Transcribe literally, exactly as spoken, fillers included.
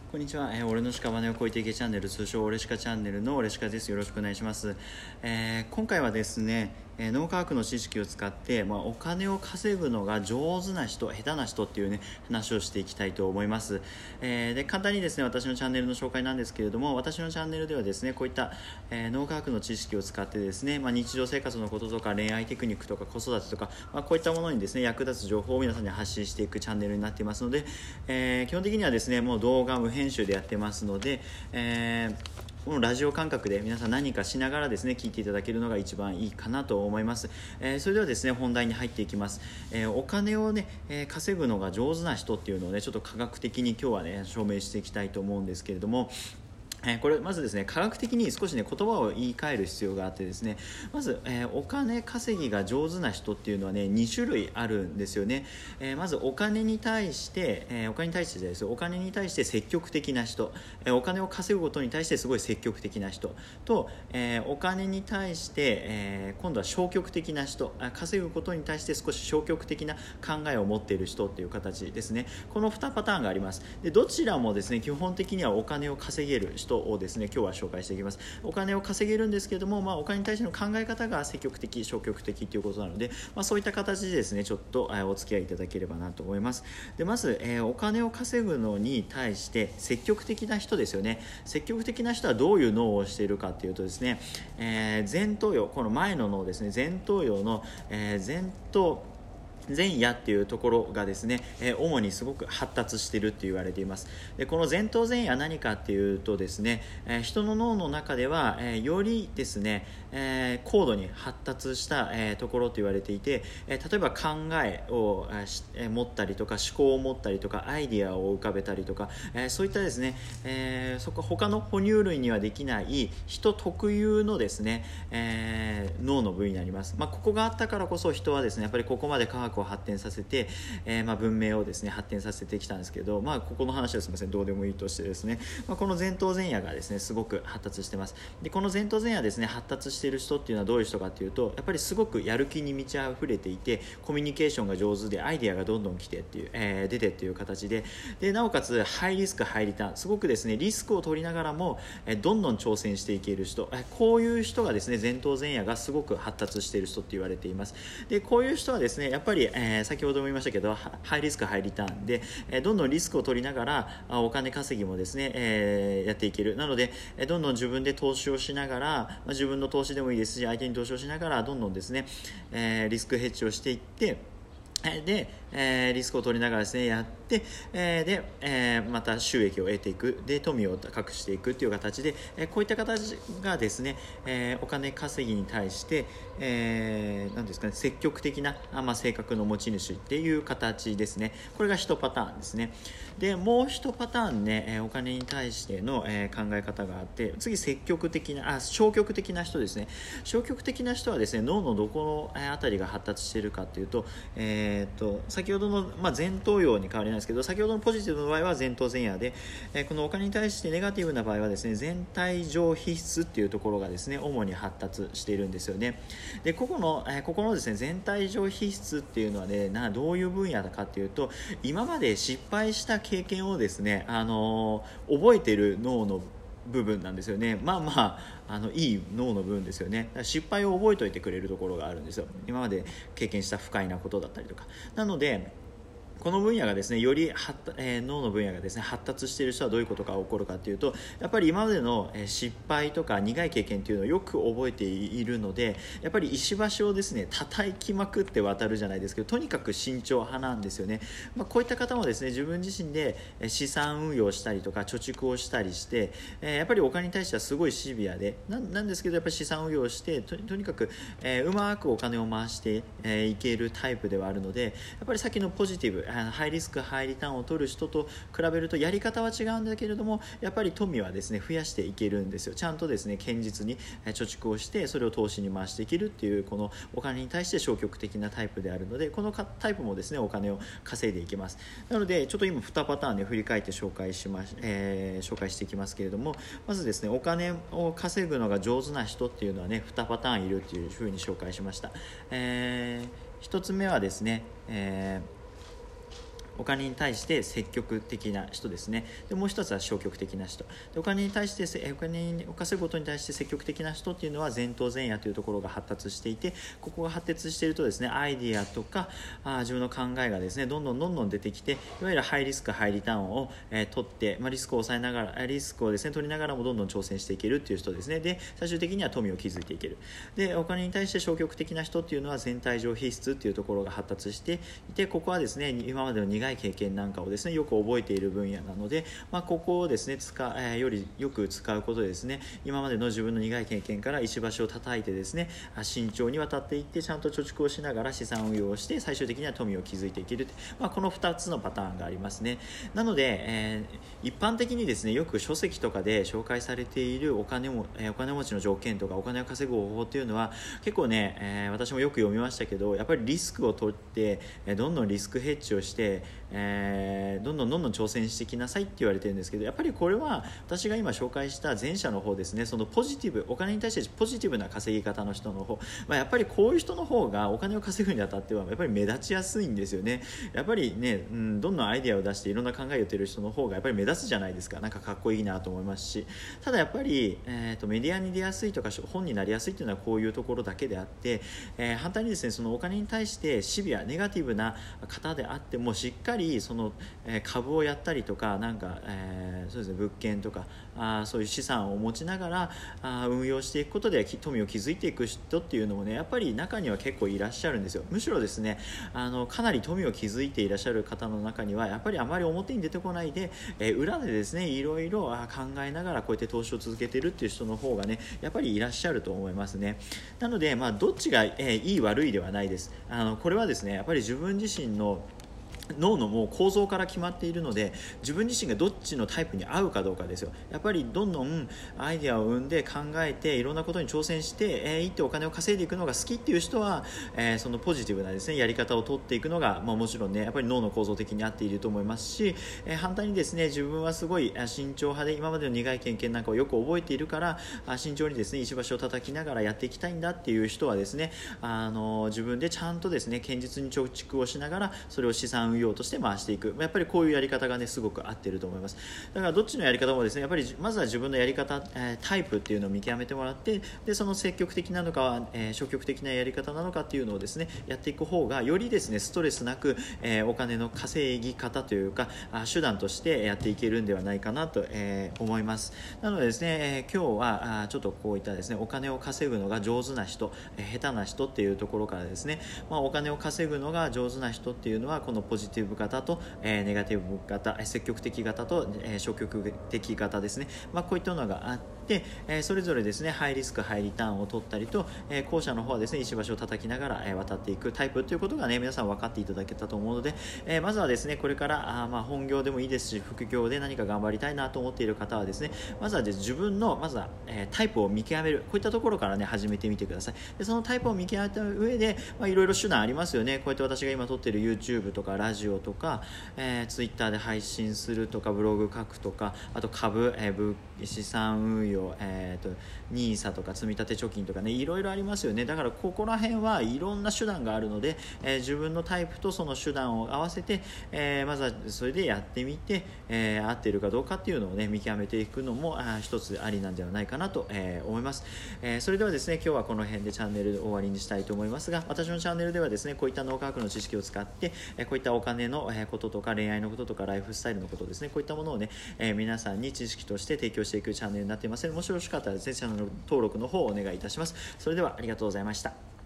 こんにちは、えー、俺の屍を超えていけチャンネル、通称俺しかチャンネルの俺しかです。よろしくお願いします。えー、今回はですね、えー、脳科学の知識を使って、まあ、お金を稼ぐのが上手な人、下手な人っていうね話をしていきたいと思います。えー、で簡単にですね、私のチャンネルの紹介なんですけれども、私のチャンネルではですね、こういった、えー、脳科学の知識を使ってですね、まあ、日常生活のこととか恋愛テクニックとか子育てとか、まあ、こういったものにですね役立つ情報を皆さんに発信していくチャンネルになっていますので、えー、基本的にはですねもう動画無編集でやってますので、えーこのラジオ感覚で皆さん何かしながらですね聞いていただけるのが一番いいかなと思います。えー、それではですね本題に入っていきます。えー、お金をね、えー、稼ぐのが上手な人っていうのをねちょっと科学的に今日はね証明していきたいと思うんですけれども、えー、これまずですね科学的に少しね言葉を言い換える必要があってですね、まず、えー、お金稼ぎが上手な人っていうのはねに種類あるんですよね。えー、まずお金に対して、えー、お金に対してですよお金に対して積極的な人、えー、お金を稼ぐことに対してすごい積極的な人と、えー、お金に対して、えー、今度は消極的な人、稼ぐことに対して少し消極的な考えを持っている人っていう形ですね。このにパターンがあります。でどちらもですね基本的にはお金を稼げる人をですね今日は紹介していきます。お金を稼げるんですけれども、まあ、お金に対しての考え方が積極的消極的ということなので、まあ、そういった形でですねちょっとお付き合いいただければなと思います。でまず、えー、お金を稼ぐのに対して積極的な人ですよね。積極的な人はどういう脳をしているかというとですね、えー、前頭葉、この前の脳ですね、前頭葉の、えー、前頭前野っていうところがですね、えー、主にすごく発達しているって言われています。でこの前頭前野何かっていうとですね、えー、人の脳の中では、えー、よりですね、えー、高度に発達した、えー、ところと言われていて、えー、例えば考えを、えー、持ったりとか思考を持ったりとかアイディアを浮かべたりとか、えー、そういったですね、えー、そこ他の哺乳類にはできない人特有のですね、えー、脳の部位になります。まあ、ここがあったからこそ人はですねやっぱりここまで科学を発展させて、えー、まあ文明をですね発展させてきたんですけど、まあ、ここの話はすみませんどうでもいいとしてですね、まあ、この前頭前野がですねすごく発達してます。でこの前頭前野ですね発達している人っていうのはどういう人かっていうと、やっぱりすごくやる気に満ち溢れていてコミュニケーションが上手でアイデアがどんどん来てっていう、えー、出てっていう形で、でなおかつハイリスクハイリターン、すごくですねリスクを取りながらも、えー、どんどん挑戦していける人、えー、こういう人がですね前頭前野がすごく発達している人って言われています。でこういう人はですねやっぱり、えー、先ほども言いましたけどハイリスクハイリターンで、えー、どんどんリスクを取りながらお金稼ぎもですね、えー、やっていける。なので、えー、どんどん自分で投資をしながら、まあ、自分の投資でもいいですし相手に投資をしながらどんどんですね、えー、リスクヘッジをしていってで、えー、リスクを取りながらですねやって、えー、で、えー、また収益を得ていく、で富を隠していくという形で、えー、こういった形がですね、えー、お金稼ぎに対して、えー、なんですかね積極的な、まあ、性格の持ち主っていう形ですね。これが一パターンですね。でもう一パターンね、えー、お金に対しての、えー、考え方があって、次積極的なあ消極的な人ですね。消極的な人はですね脳のどこのあたりが発達しているかというと、えーえー、と先ほどの、まあ、前頭葉に変わりないですけど、先ほどのポジティブの場合は前頭前野で、えー、このお金に対してネガティブな場合はですね全体上皮質っていうところがですね主に発達しているんですよね。でここの、えー、ここのですね全体上皮質っていうのはねなどういう分野かっていうと、今まで失敗した経験をですね、あのー、覚えている脳の部分なんですよね。まあまああのいい脳の部分ですよね。失敗を覚えておいてくれるところがあるんですよ。今まで経験した不快なことだったりとか。なのでこの分野がですねより発、えー、脳の分野がですね発達している人はどういうことが起こるかというと、やっぱり今までの失敗とか苦い経験というのをよく覚えているので、やっぱり石橋をですね叩きまくって渡るじゃないですけど、とにかく慎重派なんですよね。まあ、こういった方もですね自分自身で資産運用したりとか貯蓄をしたりして、えー、やっぱりお金に対してはすごいシビアで な, なんですけどやっぱり資産運用をしてと に, とにかく、えー、うまくお金を回してい、えー、けるタイプではあるので、やっぱりさっきのポジティブハイリスクハイリターンを取る人と比べるとやり方は違うんだけれども、やっぱり富はですね増やしていけるんですよ。ちゃんとですね堅実に貯蓄をしてそれを投資に回していけるっていう、このお金に対して消極的なタイプであるので、このタイプもですねお金を稼いでいきます。なのでちょっと今にパターンで振り返って紹介しまし、えー、紹介していきますけれども、まずですねお金を稼ぐのが上手な人っていうのはねにパターンいるっていうふうに紹介しました。えー、ひとつめはですね、えーお金に対して積極的な人ですね。でもう一つは消極的な人で、お金に対してお金を稼ぐことに対して積極的な人っていうのは前頭前野というところが発達していて、ここが発達しているとですね、アイディアとかあ自分の考えがですねどんどんどんどん出てきて、いわゆるハイリスクハイリターンを、えー、取って、まあ、リスクを抑えながらリスクをですね取りながらもどんどん挑戦していけるっていう人ですね。で最終的には富を築いていける。でお金に対して消極的な人っていうのは全体上皮質っていうところが発達していて、ここはですね今までの苦い経験なんかをですねよく覚えている分野なので、まあ、ここをですね使、えー、よりよく使うことでですね、今までの自分の苦い経験から石橋を叩いてですね慎重に渡っていって、ちゃんと貯蓄をしながら資産運用をして最終的には富を築いていける、まあ、このふたつのパターンがありますね。なので、えー、一般的にですねよく書籍とかで紹介されているお金も、えー、お金持ちの条件とかお金を稼ぐ方法っていうのは結構ね、えー、私もよく読みましたけど、やっぱりリスクを取って、えー、どんどんリスクヘッジをして、えー、どんどんどんどん挑戦してきなさいって言われてるんですけど、やっぱりこれは私が今紹介した前者の方ですね、そのポジティブ、お金に対してポジティブな稼ぎ方の人の方、まあ、やっぱりこういう人の方がお金を稼ぐにあたってはやっぱり目立ちやすいんですよね。やっぱりね、うん、どんどんアイデアを出していろんな考えを言っている人の方がやっぱり目立つじゃないですか。なんかかっこいいなと思いますし、ただやっぱり、えー、とメディアに出やすいとか本になりやすいというのはこういうところだけであって、えー、反対にですねそのお金に対してシビアネガティブな方であってもしっかりその、えー、株をやったりとかなんか、えーそうですね、物件とかあそういう資産を持ちながらあ運用していくことで富を築いていく人っていうのもねやっぱり中には結構いらっしゃるんですよ。むしろですねあのかなり富を築いていらっしゃる方の中にはやっぱりあまり表に出てこないで、えー、裏でですねいろいろ考えながらこうやって投資を続けているっていう人の方がねやっぱりいらっしゃると思いますね。なので、まあ、どっちが、えー、いい悪いではないです。あのこれはですねやっぱり自分自身の脳のもう構造から決まっているので、自分自身がどっちのタイプに合うかどうかですよ。やっぱりどんどんアイデアを生んで考えていろんなことに挑戦して、えー、いってお金を稼いでいくのが好きっていう人は、えー、そのポジティブなですねやり方を取っていくのが、まあ、もちろんねやっぱり脳の構造的に合っていると思いますし、えー、反対にですね自分はすごい慎重派で今までの苦い経験なんかをよく覚えているから慎重にですね石橋を叩きながらやっていきたいんだっていう人はですねあの自分でちゃんとですね堅実に貯蓄をしながらそれを資産運用として回していく、やっぱりこういうやり方がねすごく合っていると思います。だからどっちのやり方もですねやっぱりまずは自分のやり方、えー、タイプっていうのを見極めてもらって、でその積極的なのか、えー、消極的なやり方なのかっていうのをですねやっていく方がよりですねストレスなく、えー、お金の稼ぎ方というかあ手段としてやっていけるんではないかなと、えー、思います。なのでですね、えー、今日はあちょっとこういったですねお金を稼ぐのが上手な人、えー、下手な人っていうところからですね、まあ、お金を稼ぐのが上手な人っていうのはこのポジティブ型と、えー、ネガティブ型、積極的型と、えー、消極的型ですね、まあ、こういったのがあって、えー、それぞれですねハイリスクハイリターンを取ったりと、えー、後者の方はですね石橋を叩きながら、えー、渡っていくタイプということがね皆さん分かっていただけたと思うので、えー、まずはですねこれからあまあ本業でもいいですし副業で何か頑張りたいなと思っている方はですねまずはです自分のまずは、えー、タイプを見極める、こういったところからね始めてみてください。でそのタイプを見極めた上でいろいろ手段ありますよね。こうやって私が今撮っている YouTube とかラジオとか、えー、Twitter で配信するとかブログ書くとか、あと株、えー、物資産運用、えー、と ニーサ とか積立貯金とかねいろいろありますよね。だからここら辺はいろんな手段があるので、えー、自分のタイプとその手段を合わせて、えー、まずはそれでやってみて、えー、合っているかどうかっていうのをね見極めていくのもあ一つありなんではないかなと、えー、思います。えー、それではですね今日はこの辺でチャンネル終わりにしたいと思いますが、私のチャンネルではですねこういった脳科学の知識を使って、えー、こういったお金のこととか恋愛のこととかライフスタイルのことですね、こういったものをね、えー、皆さんに知識として提供していくチャンネルになっていますので、もしよろしかったらぜひチャンネル登録の方をお願いいたします。それではありがとうございました。